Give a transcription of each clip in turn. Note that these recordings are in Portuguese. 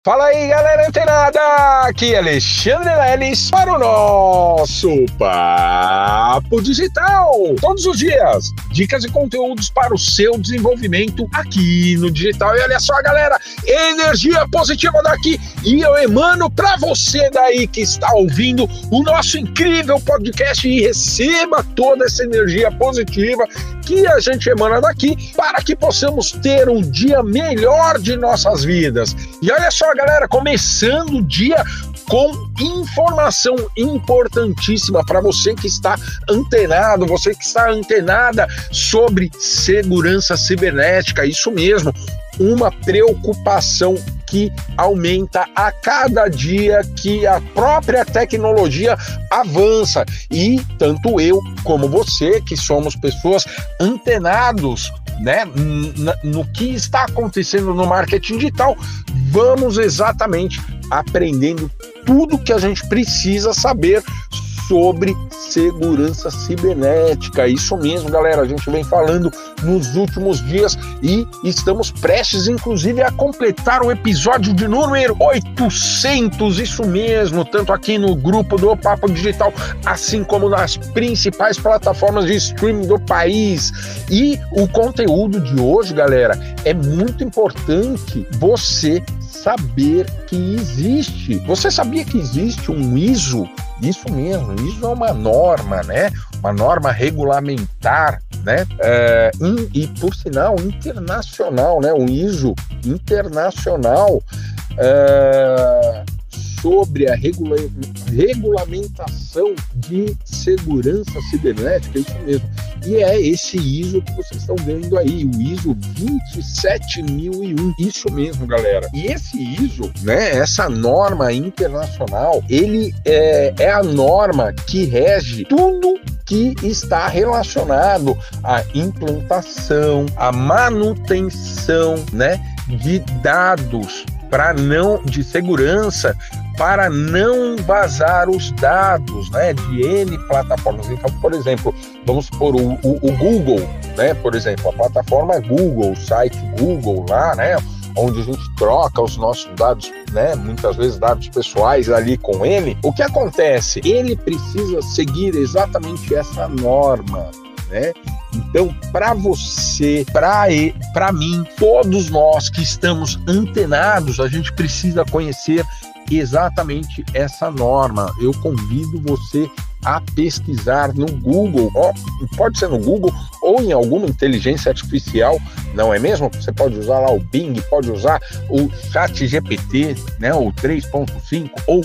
Fala aí, galera antenada! Aqui é Alexandre Leles para o nosso Papo Digital. Todos os dias, dicas e conteúdos para o seu desenvolvimento aqui no digital. E olha só, galera, energia positiva daqui e eu emano para você daí que está ouvindo o nosso incrível podcast e receba toda essa energia positiva que a gente emana daqui para que possamos ter um dia melhor de nossas vidas. E olha só, galera, começando o dia com informação importantíssima para você que está antenado, você que está antenada sobre segurança cibernética, isso mesmo, uma preocupação que aumenta a cada dia que a própria tecnologia avança e tanto eu como você, que somos pessoas antenados, né, no que está acontecendo no marketing digital, vamos exatamente aprendendo tudo que a gente precisa saber sobre segurança cibernética. Isso mesmo, galera, a gente vem falando nos últimos dias e estamos prestes, inclusive, a completar o episódio de número 800, isso mesmo, tanto aqui no grupo do Papo Digital, assim como nas principais plataformas de streaming do país. E o conteúdo de hoje, galera, é muito importante você saber que existe. Você sabia que existe um ISO? Isso mesmo, ISO é uma norma, né? Uma norma regulamentar, né? E por sinal, internacional, né? Um ISO internacional sobre a regulamentação de segurança cibernética, isso mesmo. E é esse ISO que vocês estão vendo aí, o ISO 27001, isso mesmo, galera. E esse ISO, né, essa norma internacional, ele é a norma que rege tudo que está relacionado à implantação, à manutenção, né, de dados de segurança, para não vazar os dados, né, de N plataformas. Então, por exemplo, vamos supor o Google, né, por exemplo, a plataforma Google, o site Google lá, né, onde a gente troca os nossos dados, né, muitas vezes dados pessoais ali com ele. O que acontece? Ele precisa seguir exatamente essa norma, né? Então, para você, para mim, todos nós que estamos antenados, a gente precisa conhecer exatamente essa norma. Eu convido você a pesquisar no Google, pode ser no Google ou em alguma inteligência artificial, não é mesmo? Você pode usar lá o Bing, pode usar o ChatGPT, né, o 3.5 ou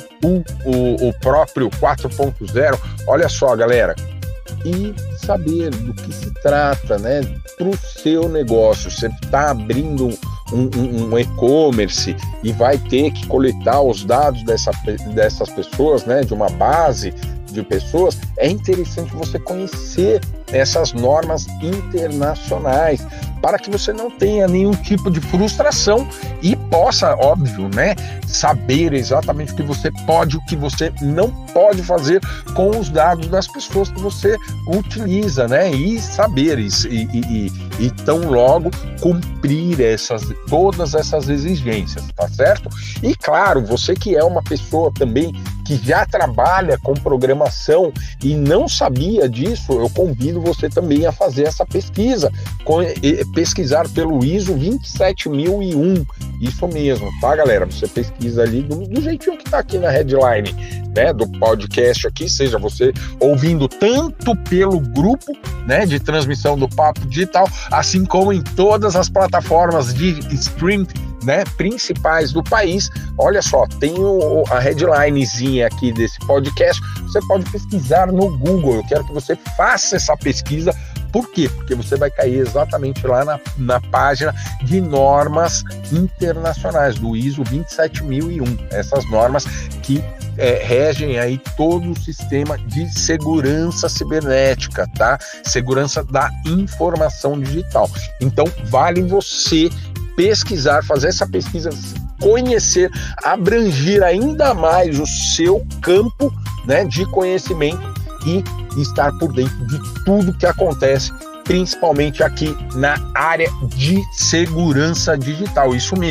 o próprio 4.0. Olha só, galera, e saber do que se trata, né, para o seu negócio. Você está abrindo um e-commerce e vai ter que coletar os dados dessas pessoas, né, de uma base de pessoas. É interessante você conhecer essas normas internacionais para que você não tenha nenhum tipo de frustração e possa, óbvio, né, saber exatamente o que você pode e o que você não pode fazer com os dados das pessoas que você utiliza, né, e saber e tão logo cumprir todas essas exigências, tá certo? E claro, você que é uma pessoa também que já trabalha com programação e não sabia disso, eu convido você também a fazer essa pesquisa, pesquisar pelo ISO 27001, isso mesmo, tá, galera? Você pesquisa ali do jeitinho que tá aqui na headline, né, do podcast aqui, seja você ouvindo tanto pelo grupo, né, de transmissão do Papo Digital, assim como em todas as plataformas de stream, né, principais do país. Olha só, tem a headlinezinha aqui desse podcast, você pode pesquisar no Google. Eu quero que você faça essa pesquisa. Por quê? Porque você vai cair exatamente lá na página de normas internacionais do ISO 27001, essas normas que regem aí todo o sistema de segurança cibernética, tá? Segurança da informação digital. Então, vale você pesquisar, fazer essa pesquisa, conhecer, abranger ainda mais o seu campo, né, de conhecimento e estar por dentro de tudo que acontece, principalmente aqui na área de segurança digital. Isso mesmo,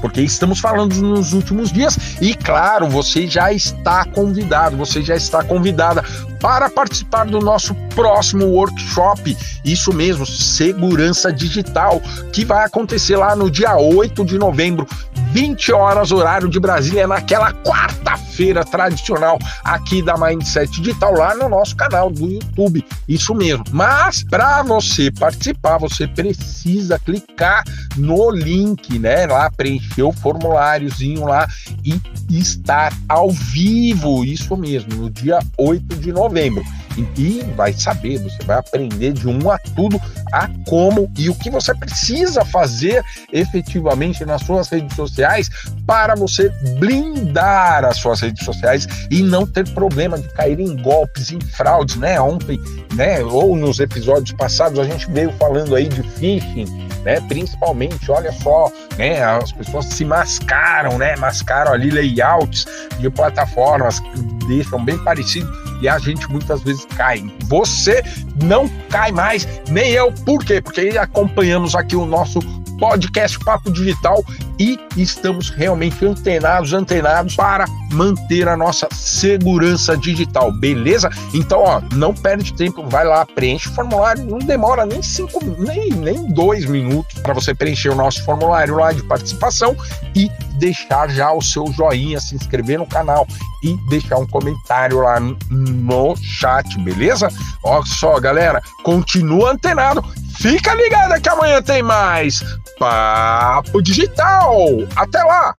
porque estamos falando nos últimos dias e, claro, você já está convidado, você já está convidada para participar do nosso próximo workshop, isso mesmo, segurança digital, que vai acontecer lá no dia 8 de novembro, 20 horas, horário de Brasília, naquela quarta-feira tradicional aqui da Mindset Digital, lá no nosso canal do YouTube, isso mesmo. Mas para você participar, você precisa clicar no link, né, lá, preencher o formuláriozinho lá e estar ao vivo, isso mesmo, no dia 8 de novembro. E vai saber, você vai aprender de um a tudo, a como e o que você precisa fazer efetivamente nas suas redes sociais para você blindar as suas redes sociais e não ter problema de cair em golpes, em fraudes, né? Ontem, né, ou nos episódios passados, a gente veio falando aí de phishing, né? Principalmente, olha só, né? As pessoas se mascaram, né? Mascaram ali layouts de plataformas, deixam bem parecido e a gente muitas vezes cai. Você não cai mais, nem eu. Por quê? Porque acompanhamos aqui o nosso podcast Papo Digital e estamos realmente antenados para manter a nossa segurança digital, beleza? Então, ó, não perde tempo, vai lá, preenche o formulário, não demora nem 2 minutos para você preencher o nosso formulário lá de participação e deixar já o seu joinha, se inscrever no canal e deixar um comentário lá no chat, beleza? Olha só, galera, continua antenado, fica ligado que amanhã tem mais Papo Digital. Até lá!